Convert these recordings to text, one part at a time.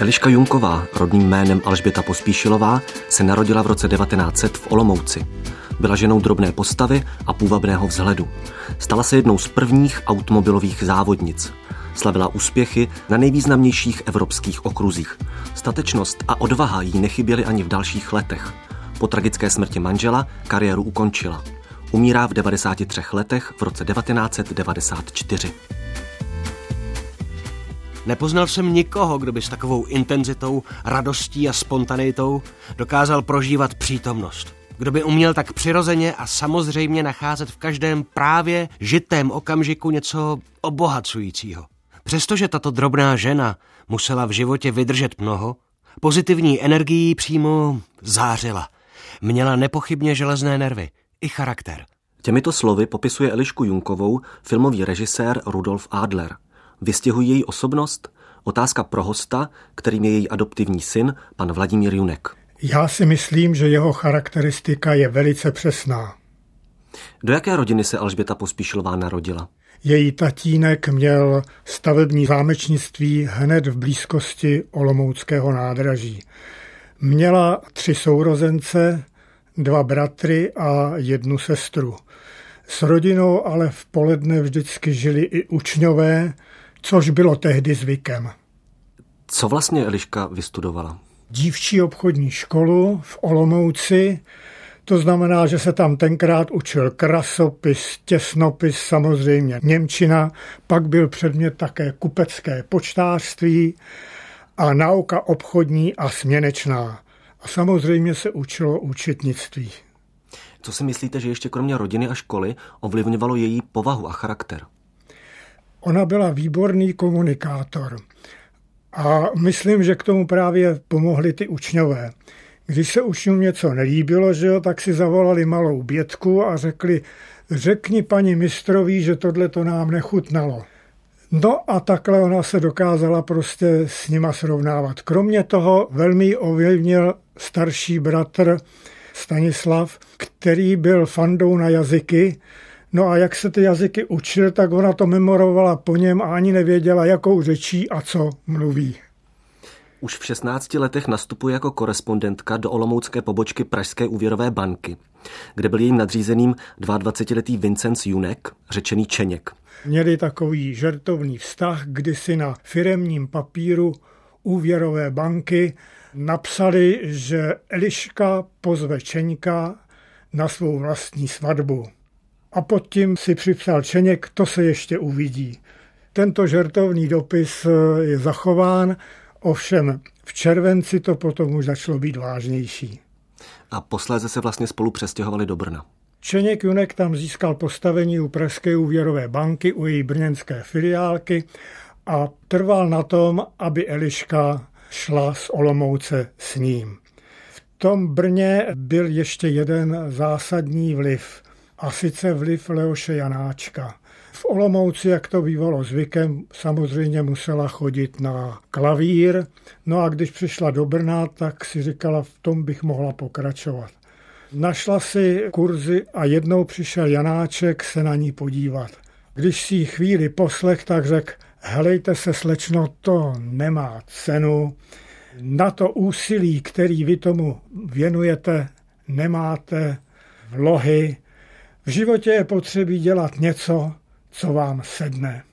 Eliška Junková, rodným jménem Alžběta Pospíšilová, se narodila v roce 1900 v Olomouci. Byla ženou drobné postavy a půvabného vzhledu. Stala se jednou z prvních automobilových závodnic. Slavila úspěchy na nejvýznamnějších evropských okruzích. Statečnost a odvaha jí nechyběly ani v dalších letech. Po tragické smrti manžela kariéru ukončila. Umírá v 93 letech v roce 1994. Nepoznal jsem nikoho, kdo by s takovou intenzitou, radostí a spontanitou dokázal prožívat přítomnost. Kdo by uměl tak přirozeně a samozřejmě nacházet v každém právě žitém okamžiku něco obohacujícího. Přestože tato drobná žena musela v životě vydržet mnoho, pozitivní energií přímo zářila. Měla nepochybně železné nervy i charakter. Těmito slovy popisuje Elišku Junkovou filmový režisér Rudolf Adler. Vystihují její osobnost? Otázka pro hosta, kterým je její adoptivní syn, pan Vladimír Junek. Já si myslím, že jeho charakteristika je velice přesná. Do jaké rodiny se Alžběta Pospíšilová narodila? Její tatínek měl stavební zámečnictví hned v blízkosti olomouckého nádraží. Měla 3 sourozence, 2 bratry a 1 sestru. S rodinou ale v poledne vždycky žili i učňové, což bylo tehdy zvykem. Co vlastně Eliška vystudovala? Dívčí obchodní školu v Olomouci, to znamená, že se tam tenkrát učil krasopis, těsnopis, samozřejmě němčina, pak byl předmět také kupecké poštářství a nauka obchodní a směnečná. A samozřejmě se učilo účetnictví. Co si myslíte, že ještě kromě rodiny a školy ovlivňovalo její povahu a charakter? Ona byla výborný komunikátor. A myslím, že k tomu právě pomohli ty učňové. Když se učňům něco nelíbilo, že jo, tak si zavolali malou Bětku a řekni paní mistrovi, že tohle to nám nechutnalo. No a takhle ona se dokázala prostě s nima srovnávat. Kromě toho velmi ji ovlivnil starší bratr Stanislav, který byl fandou na jazyky. No a jak se ty jazyky učil, tak ona to memorovala po něm a ani nevěděla, jakou řečí a co mluví. Už v 16 letech nastupuje jako korespondentka do olomoucké pobočky Pražské úvěrové banky, kde byl jejím nadřízeným 22letý Vincenc Junek, řečený Čeněk. Měli takový žertovný vztah, kdy si na firemním papíru úvěrové banky napsali, že Eliška pozve Čeňka na svou vlastní svatbu. A pod tím si připsal Čeněk, to se ještě uvidí. Tento žertovný dopis je zachován, ovšem v červenci to potom už začalo být vážnější. A posléze se vlastně spolu přestěhovali do Brna. Čeněk Junek tam získal postavení u Pražské úvěrové banky, u její brněnské filiálky a trval na tom, aby Eliška šla z Olomouce s ním. V tom Brně byl ještě jeden zásadní vliv, a sice vliv Leoše Janáčka. V Olomouci, jak to bývalo zvykem, samozřejmě musela chodit na klavír, no a když přišla do Brna, tak si říkala, v tom bych mohla pokračovat. Našla si kurzy a jednou přišel Janáček se na ní podívat. Když si ji chvíli poslech, tak řekl, helejte se, slečno, to nemá cenu. Na to úsilí, který vy tomu věnujete, nemáte vlohy. V životě je potřebí dělat něco, co vám sedne.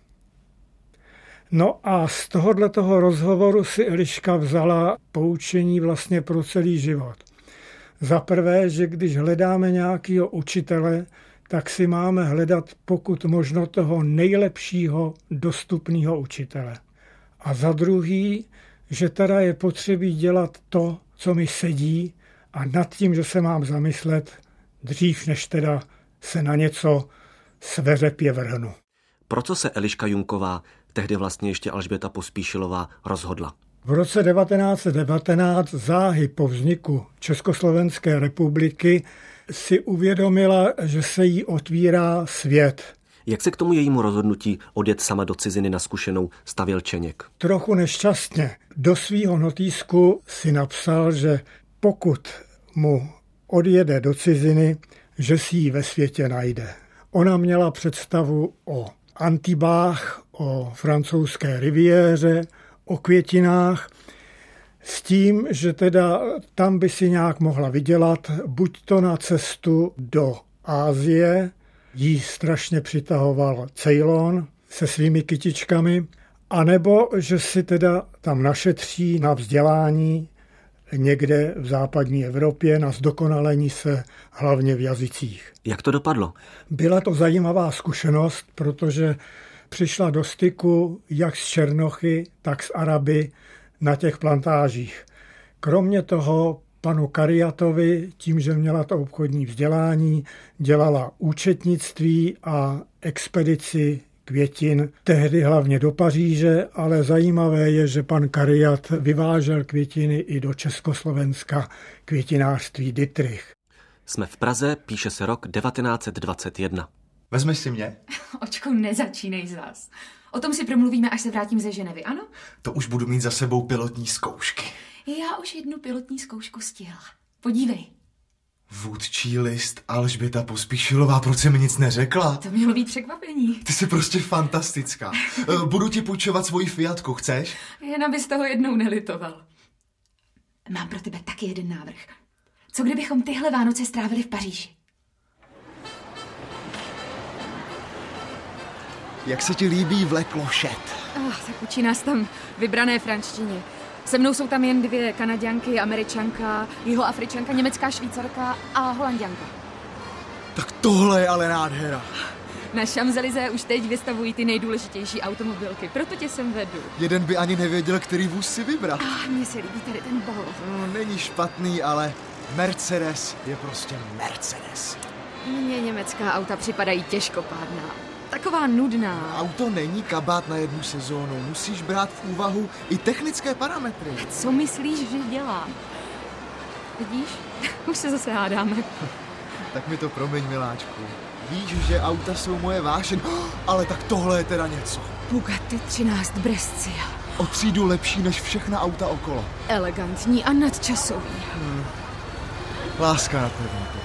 No a z tohoto rozhovoru si Eliška vzala poučení vlastně pro celý život. Za prvé, že když hledáme nějakého učitele, tak si máme hledat pokud možno toho nejlepšího dostupného učitele. A za druhý, že teda je potřebí dělat to, co mi sedí a nad tím, že se mám zamyslet dřív, než teda se na něco sveřepě vrhnu. Pro co se Eliška Junková, tehdy vlastně ještě Alžběta Pospíšilová, rozhodla? V roce 1919, záhy po vzniku Československé republiky, si uvědomila, že se jí otvírá svět. Jak se k tomu jejímu rozhodnutí odjet sama do ciziny na zkušenou stavěl Čeněk? Trochu nešťastně. Do svýho notýsku si napsal, že pokud mu odjede do ciziny, že si ji ve světě najde. Ona měla představu o Antibách, o francouzské riviéře, o květinách. S tím, že teda tam by si nějak mohla vydělat, buď to na cestu do Asie, jí strašně přitahoval Ceylon se svými kytičkami, anebo že si teda tam našetří na vzdělání někde v západní Evropě, na zdokonalení se hlavně v jazycích. Jak to dopadlo? Byla to zajímavá zkušenost, protože přišla do styku jak s Černochy, tak s Araby na těch plantážích. Kromě toho panu Kariatovi, tím, že měla to obchodní vzdělání, dělala účetnictví a expedici květin, tehdy hlavně do Paříže, ale zajímavé je, že pan Kariat vyvážel květiny i do Československa, květinářství Dittrich. Jsme v Praze, píše se rok 1921. Vezmeš si mě? Očko, nezačínej zas. O tom si promluvíme, až se vrátím ze Ženevy, ano? To už budu mít za sebou pilotní zkoušky. Já už jednu pilotní zkoušku stihla. Podívej. Vůdčí list Alžběta Pospíšilová, proč jsi mi nic neřekla? To mělo být překvapení. Ty jsi prostě fantastická. Budu ti půjčovat svoji Fiatku, chceš? Jen abys toho jednou nelitoval. Mám pro tebe taky jeden návrh. Co kdybychom tyhle Vánoce strávili v Paříži? Jak se ti líbí vlek Lošet? Tak učí nás tam vybrané frančtině. Se mnou jsou tam jen 2 Kanaďanky, Američanka, Jihoafričanka, německá Švýcarka a Holanďanka. Tak tohle je ale nádhera. Na Champs-Élysées už teď vystavují ty nejdůležitější automobilky, proto tě sem vedu. Jeden by ani nevěděl, který vůz si vybrat. Mně se líbí tady ten bol. Není špatný, ale Mercedes je prostě Mercedes. Mně německá auta připadají těžkopádná. Taková nudná. Auto není kabát na jednu sezónu. Musíš brát v úvahu i technické parametry. Co myslíš, že dělám? Vidíš? Už se zase hádáme. Tak mi to promiň, miláčku. Víš, že auta jsou moje vášeň, ale tak tohle je teda něco. Bugatti 13 Brescia. O třídu lepší než všechna auta okolo. Elegantní a nadčasový. Láska na první pohled.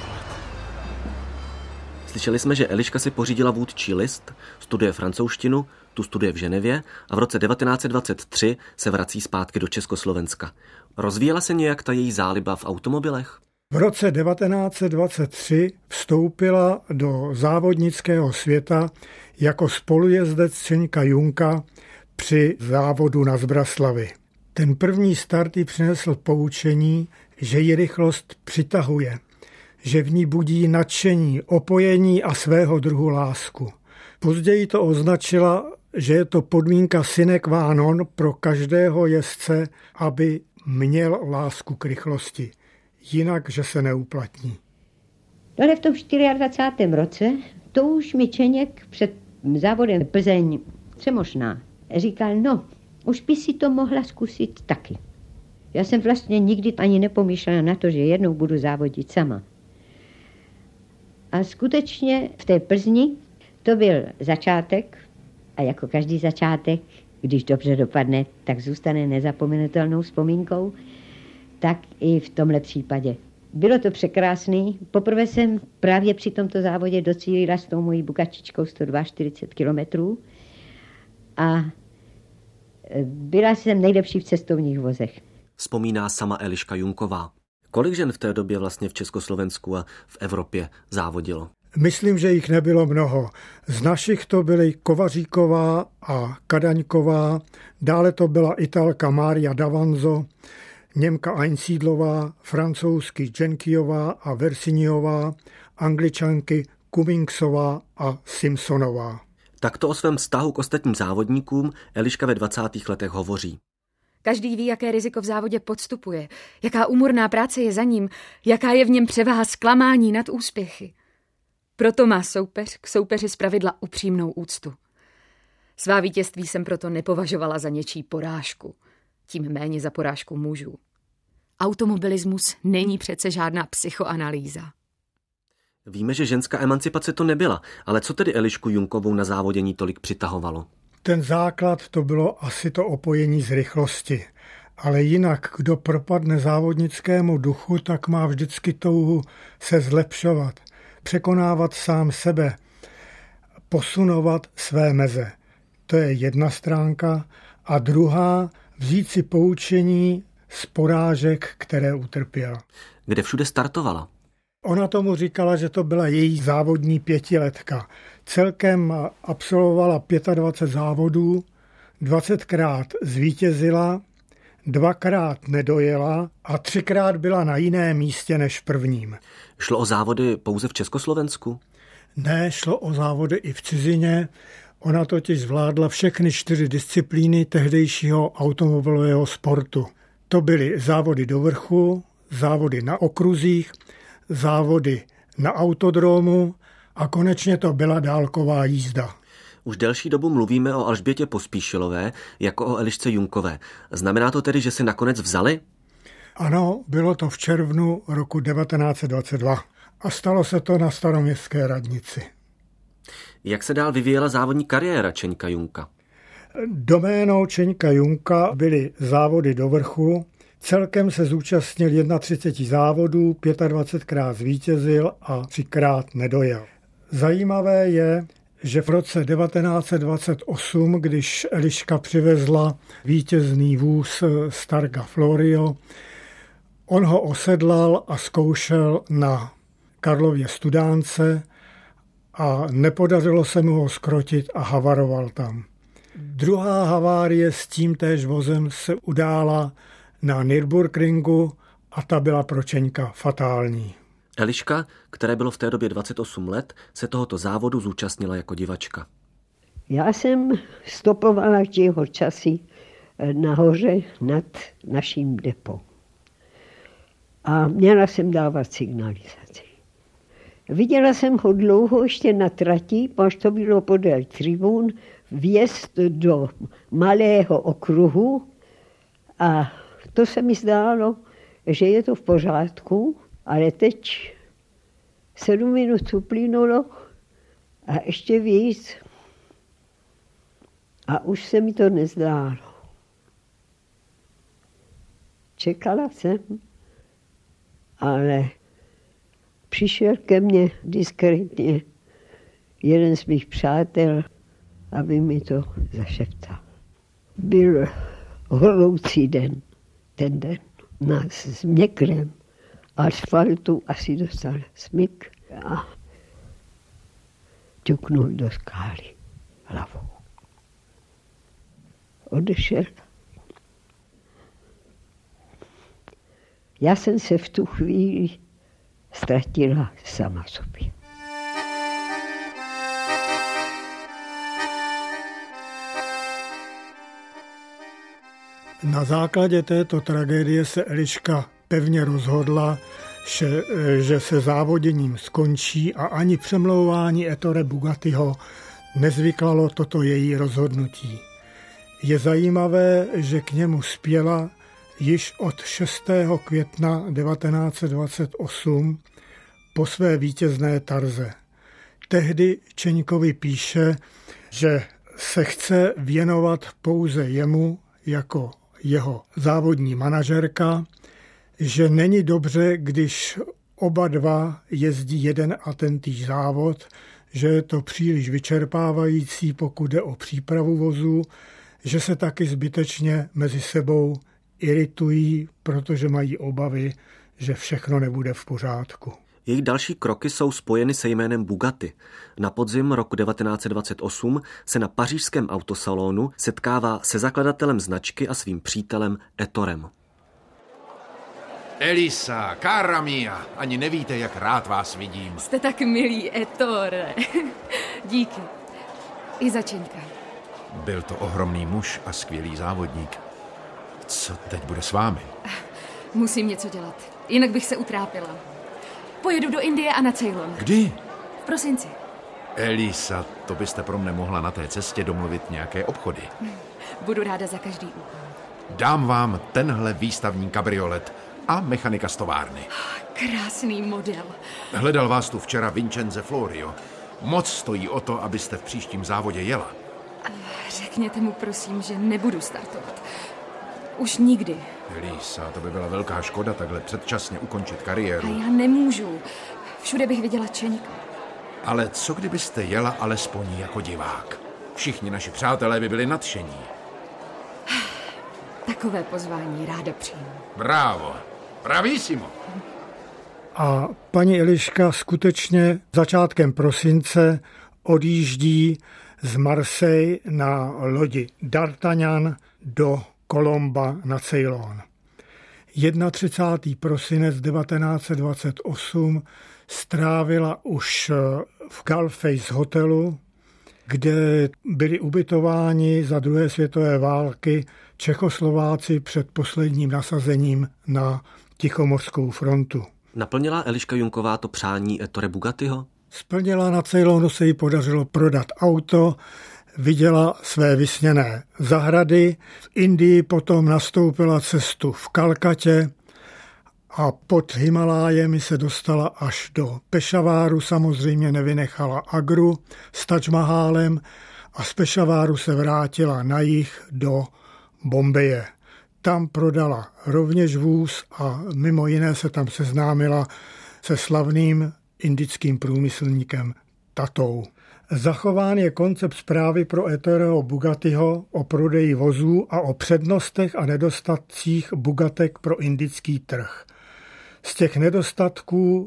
Slyšeli jsme, že Eliška si pořídila vůdčí list, studuje francouzštinu, tu studuje v Ženevě a v roce 1923 se vrací zpátky do Československa. Rozvíjela se nějak ta její záliba v automobilech? V roce 1923 vstoupila do závodnického světa jako spolujezdec Třeňka Junka při závodu na Zbraslavi. Ten první start jí přinesl poučení, že ji rychlost přitahuje, že v ní budí nadšení, opojení a svého druhu lásku. Později to označila, že je to podmínka sine qua non pro každého jezdce, aby měl lásku k rychlosti. Jinak, že se neuplatní. Ale v tom 24. roce to už mi Čeněk před závodem Plzeň Třemošná říkal, no, už by si to mohla zkusit taky. Já jsem vlastně nikdy ani nepomýšlela na to, že jednou budu závodit sama. A skutečně v té Plzni to byl začátek a jako každý začátek, když dobře dopadne, tak zůstane nezapomenutelnou vzpomínkou, tak i v tomhle případě. Bylo to překrásný. Poprvé jsem právě při tomto závodě docílila s tou mojí bukačičkou 142 kilometrů a byla jsem nejlepší v cestovních vozech. Vzpomíná sama Eliška Junková. Kolik žen v té době vlastně v Československu a v Evropě závodilo? Myslím, že jich nebylo mnoho. Z našich to byly Kovaříková a Kadaňková, dále to byla Italka Mária Davanzo, Němka Einsiedlová, francouzsky Jenkijová a Versiniová, Angličanky Cummingsová a Simpsonová. Takto o svém vztahu k ostatním závodníkům Eliška ve 20. letech hovoří. Každý ví, jaké riziko v závodě podstupuje, jaká úmorná práce je za ním, jaká je v něm převaha zklamání nad úspěchy. Proto má soupeř k soupeři zpravidla upřímnou úctu. Svá vítězství jsem proto nepovažovala za něčí porážku, tím méně za porážku mužů. Automobilismus není přece žádná psychoanalýza. Víme, že ženská emancipace to nebyla, ale co tedy Elišku Junkovou na závodění tolik přitahovalo? Ten základ to bylo asi to opojení z rychlosti. Ale jinak, kdo propadne závodnickému duchu, tak má vždycky touhu se zlepšovat, překonávat sám sebe, posunovat své meze. To je jedna stránka. A druhá, vzít si poučení z porážek, které utrpěla. Kde všude startovala? Ona tomu říkala, že to byla její závodní 5letka. Celkem absolvovala 25 závodů, 20krát zvítězila, 2krát nedojela a 3krát byla na jiném místě než v prvním. Šlo o závody pouze v Československu? Ne, šlo o závody i v cizině. Ona totiž zvládla všechny 4 disciplíny tehdejšího automobilového sportu. To byly závody do vrchu, závody na okruzích, závody na autodromu a konečně to byla dálková jízda. Už delší dobu mluvíme o Alžbětě Pospíšilové jako o Elišce Junkové. Znamená to tedy, že si nakonec vzali? Ano, bylo to v červnu roku 1922 a stalo se to na Staroměstské radnici. Jak se dál vyvíjela závodní kariéra Čeňka Junka? Doménou Čeňka Junka byly závody do vrchu. Celkem se zúčastnil 31 závodů, 25krát zvítězil a 3krát nedojel. Zajímavé je, že v roce 1928, když Eliška přivezla vítězný vůz z Targa Florio, on ho osedlal a zkoušel na Karlově Studánce a nepodařilo se mu ho zkrotit a havaroval tam. Druhá havárie s tím též vozem se udála na Nürburgringu a ta byla pro Čeňka fatální. Eliška, které bylo v té době 28 let, se tohoto závodu zúčastnila jako divačka. Já jsem stopovala jeho časy nahoře nad naším depo. A měla jsem dávat signalizaci. Viděla jsem ho dlouho ještě na trati, až to bylo podél tribun, vjezd do malého okruhu a to se mi zdálo, že je to v pořádku, ale teď 7 minut uplynulo a ještě víc a už se mi to nezdálo. Čekala jsem, ale přišel ke mně diskrétně jeden z mých přátel, aby mi to zašeptal. Byl horoucí den, ten den, na změklém asfaltu asi dostal smyk a ťuknul do skály hlavou. Odešel. Já jsem se v tu chvíli ztratila sama sobě. Na základě této tragédie se Eliška pevně rozhodla, že se závoděním skončí a ani přemlouvání Ettore Bugattiho nezvyklalo toto její rozhodnutí. Je zajímavé, že k němu spěla již od 6. května 1928 po své vítězné Tarze. Tehdy Čeňkovi píše, že se chce věnovat pouze jemu jako jeho závodní manažerka, že není dobře, když oba dva jezdí jeden a tentýž závod, že je to příliš vyčerpávající, pokud jde o přípravu vozů, že se taky zbytečně mezi sebou iritují, protože mají obavy, že všechno nebude v pořádku. Jejich další kroky jsou spojeny se jménem Bugatti. Na podzim roku 1928 se na pařížském autosalonu setkává se zakladatelem značky a svým přítelem Ettorem. Elisa, cara mia, ani nevíte, jak rád vás vidím. Jste tak milý, Ettore. Díky. I za Čeňka. Byl to ohromný muž a skvělý závodník. Co teď bude s vámi? Musím něco dělat, jinak bych se utrápila. Pojedu do Indie a na Ceylon. Kdy? V prosinci. Elisa, to byste pro mne mohla na té cestě domluvit nějaké obchody. Budu ráda za každý úkol. Dám vám tenhle výstavní kabriolet a mechanika z továrny. Krásný model. Hledal vás tu včera Vincenzo Florio. Moc stojí o to, abyste v příštím závodě jela. Řekněte mu prosím, že nebudu startovat. Už nikdy. Elisa, to by byla velká škoda takhle předčasně ukončit kariéru. A já nemůžu. Všude bych viděla Čeňka. Ale co kdybyste jela alespoň jako divák? Všichni naši přátelé by byli nadšení. Takové pozvání ráda přijmu. Bravo, bravissimo. A paní Eliška skutečně začátkem prosince odjíždí z Marseille na lodi D'Artagnan do Colomba na Ceylon. 31. prosinec 1928 strávila už v Gulface hotelu, kde byli ubytováni za druhé světové války Čechoslováci před posledním nasazením na Tichomořskou frontu. Naplnila Eliška Junková to přání Ettore Bugattiho? Splnila, na Ceylonu se jí podařilo prodat auto, viděla své vysněné zahrady, v Indii potom nastoupila cestu v Kalkatě a pod Himalájemi se dostala až do Pešaváru, samozřejmě nevynechala Agru s Taj Mahálem a z Pešaváru se vrátila na jih do Bombeje. Tam prodala rovněž vůz a mimo jiné se tam seznámila se slavným indickým průmyslníkem Tatou. Zachován je koncept zprávy pro Ettoreho Bugattiho o prodeji vozů a o přednostech a nedostatcích Bugatek pro indický trh. Z těch nedostatků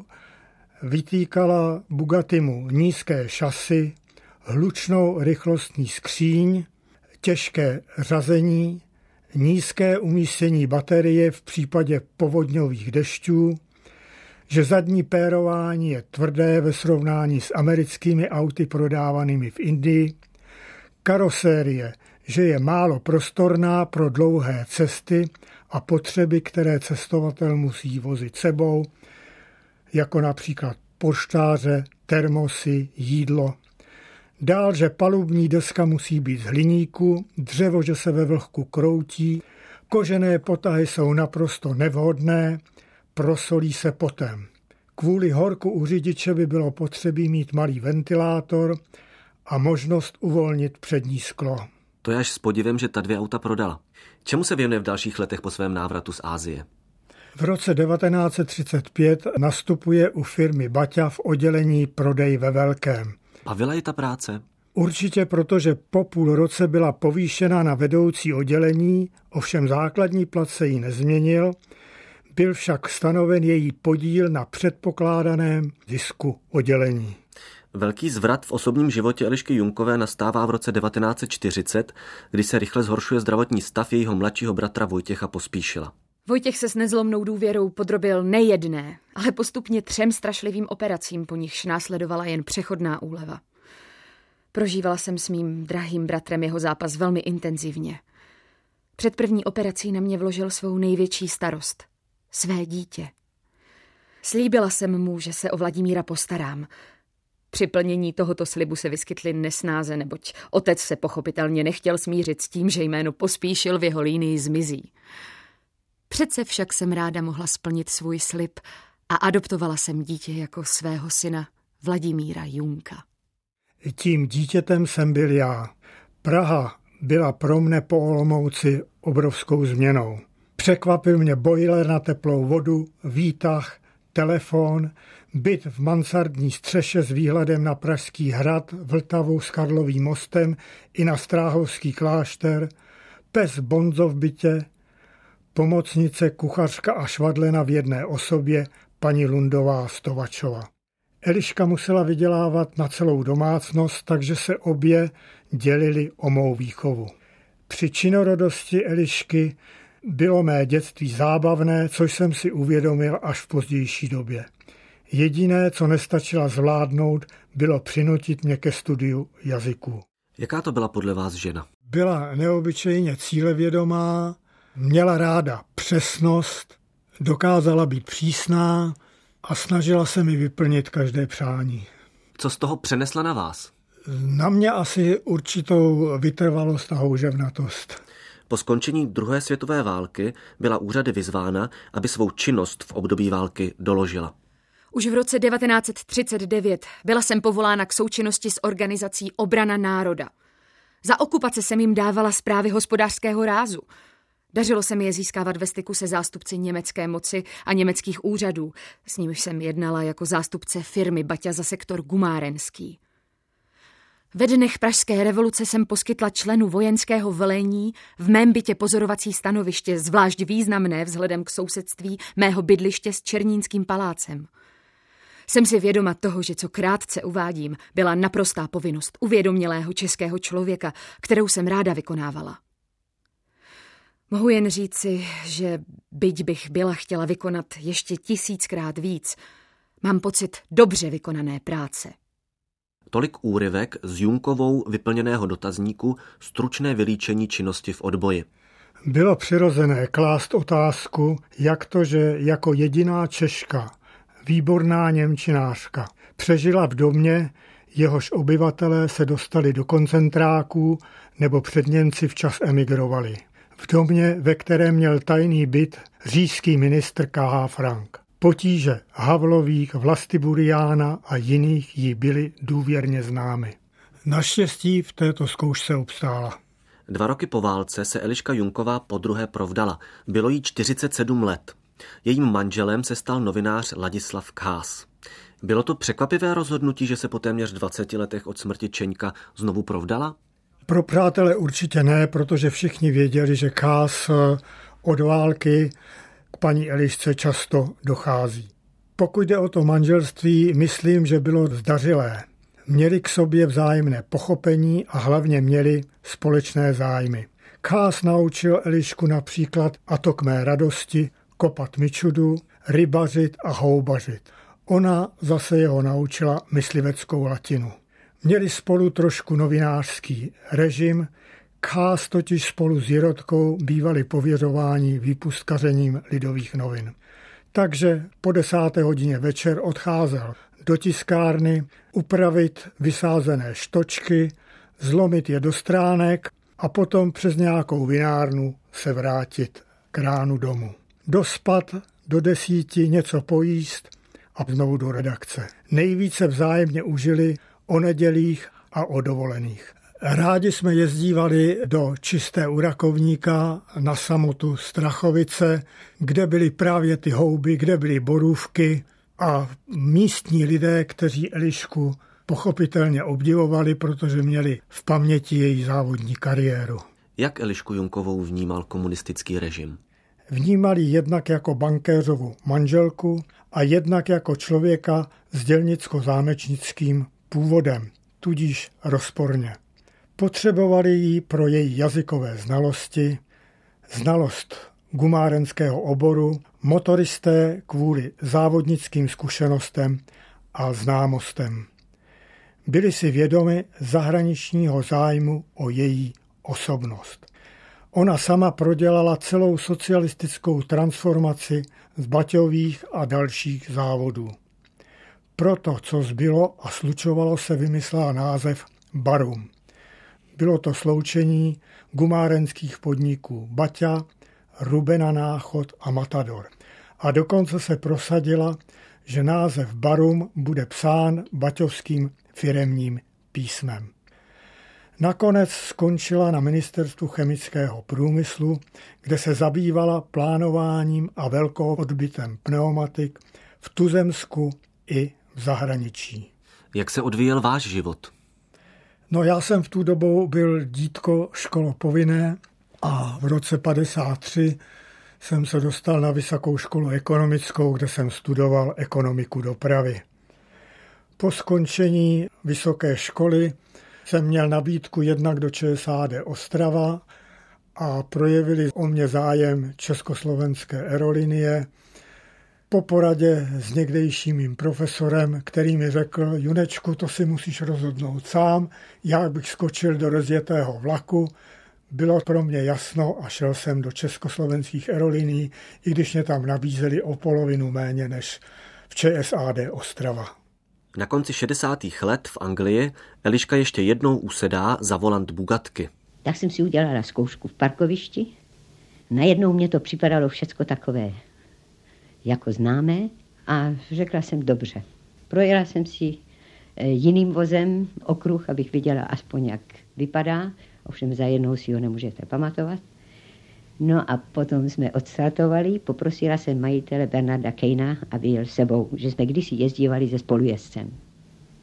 vytýkala Bugattimu nízké šasy, hlučnou rychlostní skříň, těžké řazení, nízké umístění baterie v případě povodňových dešťů, že zadní pérování je tvrdé ve srovnání s americkými auty prodávanými v Indii, karosérie, že je málo prostorná pro dlouhé cesty a potřeby, které cestovatel musí vozit sebou, jako například poštáře, termosy, jídlo. Dál, že palubní deska musí být z hliníku, dřevo, že se ve vlhku kroutí, kožené potahy jsou naprosto nevhodné, prosolí se potem. Kvůli horku u řidiče by bylo potřebí mít malý ventilátor a možnost uvolnit přední sklo. To je až s podivem, že ta 2 auta prodala. Čemu se věnuje v dalších letech po svém návratu z Asie? V roce 1935 nastupuje u firmy Baťa v oddělení prodej ve velkém. Bavila ji ta práce? Určitě, protože po půl roce byla povýšena na vedoucí oddělení, ovšem základní plat se jí nezměnil, byl však stanoven její podíl na předpokládaném zisku oddělení. Velký zvrat v osobním životě Elišky Junkové nastává v roce 1940, kdy se rychle zhoršuje zdravotní stav jejího mladšího bratra Vojtěcha Pospíšila. Vojtěch se s nezlomnou důvěrou podrobil nejedné, ale postupně 3 strašlivým operacím, po nichž následovala jen přechodná úleva. Prožívala jsem s mým drahým bratrem jeho zápas velmi intenzivně. Před první operací na mě vložil svou největší starost. Své dítě. Slíbila jsem mu, že se o Vladimíra postarám. Při plnění tohoto slibu se vyskytly nesnáze, neboť otec se pochopitelně nechtěl smířit s tím, že jméno Pospíšil v jeho línii zmizí. Přece však jsem ráda mohla splnit svůj slib a adoptovala jsem dítě jako svého syna Vladimíra Junka. Tím dítětem jsem byl já. Praha byla pro mne po Olomouci obrovskou změnou. Překvapil mě bojler na teplou vodu, výtah, telefon, byt v mansardní střeše s výhledem na Pražský hrad, Vltavu s Karlovým mostem i na Stráhovský klášter, pes Bonzo v bytě, pomocnice, kuchařka a švadlena v jedné osobě, paní Lundová Stovačova. Eliška musela vydělávat na celou domácnost, takže se obě dělili o mou výchovu. Při činorodosti Elišky bylo mé dětství zábavné, což jsem si uvědomil až v pozdější době. Jediné, co nestačila zvládnout, bylo přinutit mě ke studiu jazyků. Jaká to byla podle vás žena? Byla neobyčejně cílevědomá, měla ráda přesnost, dokázala být přísná a snažila se mi vyplnit každé přání. Co z toho přenesla na vás? Na mě asi určitou vytrvalost a houževnatost. Po skončení druhé světové války byla úřady vyzvána, aby svou činnost v období války doložila. Už v roce 1939 byla jsem povolána k součinnosti s organizací Obrana národa. Za okupace jsem jim dávala zprávy hospodářského rázu. Dařilo se mi je získávat ve styku se zástupci německé moci a německých úřadů, s nimiž jsem jednala jako zástupce firmy Baťa za sektor gumárenský. Ve dnech pražské revoluce jsem poskytla členu vojenského velení v mém bytě pozorovací stanoviště, zvlášť významné vzhledem k sousedství mého bydliště s Černínským palácem. Jsem si vědoma toho, že co krátce uvádím, byla naprostá povinnost uvědomělého českého člověka, kterou jsem ráda vykonávala. Mohu jen říci, že byť bych byla chtěla vykonat ještě 1000krát víc, mám pocit dobře vykonané práce. Tolik úryvek z Junkovou vyplněného dotazníku stručné vylíčení činnosti v odboji. Bylo přirozené klást otázku, jak to, že jako jediná Češka, výborná němčinářka, přežila v domě, jehož obyvatelé se dostali do koncentráků nebo před Němci včas emigrovali. V domě, ve kterém měl tajný byt říšský ministr K.H. Frank. Potíže Havlových, Vlastiburiána a jiných jí byly důvěrně známy. Naštěstí v této zkoušce obstála. 2 roky po válce se Eliška Junková podruhé provdala. Bylo jí 47 let. Jejím manželem se stal novinář Ladislav Khaas. Bylo to překvapivé rozhodnutí, že se po téměř 20 letech od smrti Čeňka znovu provdala? Pro přátele určitě ne, protože všichni věděli, že Khaas od války k paní Elišce často dochází. Pokud jde o to manželství, myslím, že bylo zdařilé. Měli k sobě vzájemné pochopení a hlavně měli společné zájmy. Khaas naučil Elišku například, a to k mé radosti, kopat mičudu, rybařit a houbařit. Ona zase jeho naučila mysliveckou latinu. Měli spolu trošku novinářský režim, Khaas totiž spolu s Jirotkou bývali pověřováni výpustkařením Lidových novin. Takže po 10. hodině večer odcházel do tiskárny, upravit vysázené štočky, zlomit je do stránek a potom přes nějakou vinárnu se vrátit k ránu domů. Dospat, do 10 něco pojíst a znovu do redakce. Nejvíce vzájemně užili o nedělích a o dovolených. Rádi jsme jezdívali do Čisté u Rakovníka na samotu Strachovice, kde byly právě ty houby, kde byly borůvky a místní lidé, kteří Elišku pochopitelně obdivovali, protože měli v paměti její závodní kariéru. Jak Elišku Junkovou vnímal komunistický režim? Vnímali jednak jako bankéřovu manželku a jednak jako člověka s dělnicko-zámečnickým původem, tudíž rozporně. Potřebovali ji pro její jazykové znalosti, znalost gumárenského oboru, motoristé kvůli závodnickým zkušenostem a známostem. Byli si vědomi zahraničního zájmu o její osobnost. Ona sama prodělala celou socialistickou transformaci z baťových a dalších závodů. Proto, co zbylo a slučovalo se, vymyslela název Barum. Bylo to sloučení gumárenských podniků Baťa, Rubena Náchod a Matador. A dokonce se prosadila, že název Barum bude psán baťovským firemním písmem. Nakonec skončila na Ministerstvu chemického průmyslu, kde se zabývala plánováním a velkou odbytem pneumatik v tuzemsku i v zahraničí. Jak se odvíjel váš život? No, já jsem v tu dobu byl dítko školopovinné a v roce 53 jsem se dostal na Vysokou školu ekonomickou, kde jsem studoval ekonomiku dopravy. Po skončení vysoké školy jsem měl nabídku jednak do ČSAD Ostrava a projevili o mě zájem Československé aerolinie. Po poradě s někdejším mým profesorem, který mi řekl: Junečku, to si musíš rozhodnout sám, já bych skočil do rozjetého vlaku. Bylo pro mě jasno a šel jsem do československých aerolinií, i když mě tam nabízeli o polovinu méně než v ČSAD Ostrava. Na konci 60. let v Anglii Eliška ještě jednou usedá za volant Bugatky. Tak jsem si udělala zkoušku v parkovišti. Najednou mě to připadalo všecko takové jako známé a řekla jsem dobře. Projela jsem si jiným vozem okruh, abych viděla aspoň, jak vypadá. Ovšem za jednou si ho nemůžete pamatovat. No a potom jsme odstartovali, poprosila jsem majitele Bernarda Kejna, aby jel sebou, že jsme kdysi jezdívali se spolujezdcem.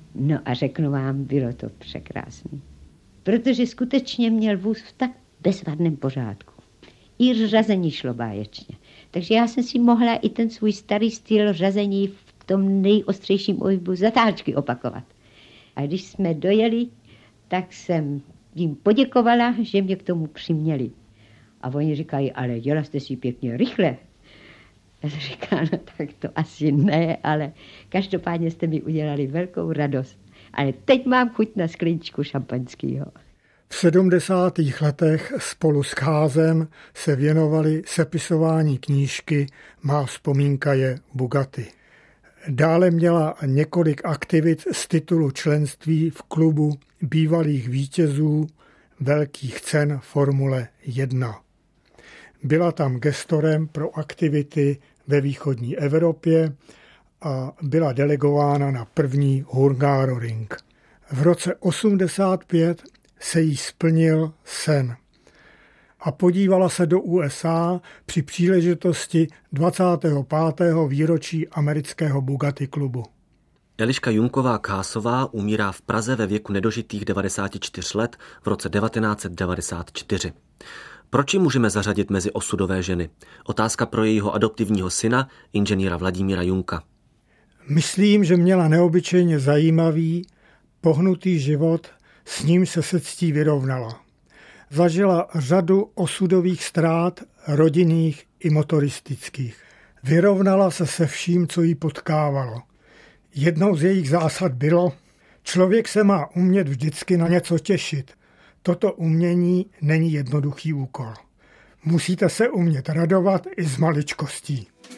No a řeknu vám, bylo to překrásné. Protože skutečně měl vůz v tak bezvadném pořádku. I řazení šlo báječně. Takže já jsem si mohla i ten svůj starý styl řazení v tom nejostřejším ohybu zatáčky opakovat. A když jsme dojeli, tak jsem jim poděkovala, že mě k tomu přiměli. A oni říkají, ale dělala jste si pěkně rychle. Já jsem říkala, no tak to asi ne, ale každopádně jste mi udělali velkou radost. Ale teď mám chuť na skleničku šampaňského. V 70. letech spolu s Cházem se věnovali sepisování knížky Má vzpomínka je Bugatti. Dále měla několik aktivit z titulu členství v klubu bývalých vítězů velkých cen Formule 1. Byla tam gestorem pro aktivity ve východní Evropě a byla delegována na první Hungaroring. V roce 85 se jí splnil sen a podívala se do USA při příležitosti 25. výročí amerického Bugatti klubu. Eliška Junková-Kásová umírá v Praze ve věku nedožitých 94 let v roce 1994. Proč ji můžeme zařadit mezi osudové ženy? Otázka pro jejího adoptivního syna, inženýra Vladimíra Junka. Myslím, že měla neobyčejně zajímavý, pohnutý život, s ním se ctí vyrovnala. Zažila řadu osudových ztrát, rodinných i motoristických. Vyrovnala se vším, co jí potkávalo. Jednou z jejich zásad bylo, člověk se má umět vždycky na něco těšit. Toto umění není jednoduchý úkol. Musíte se umět radovat i z maličkostí.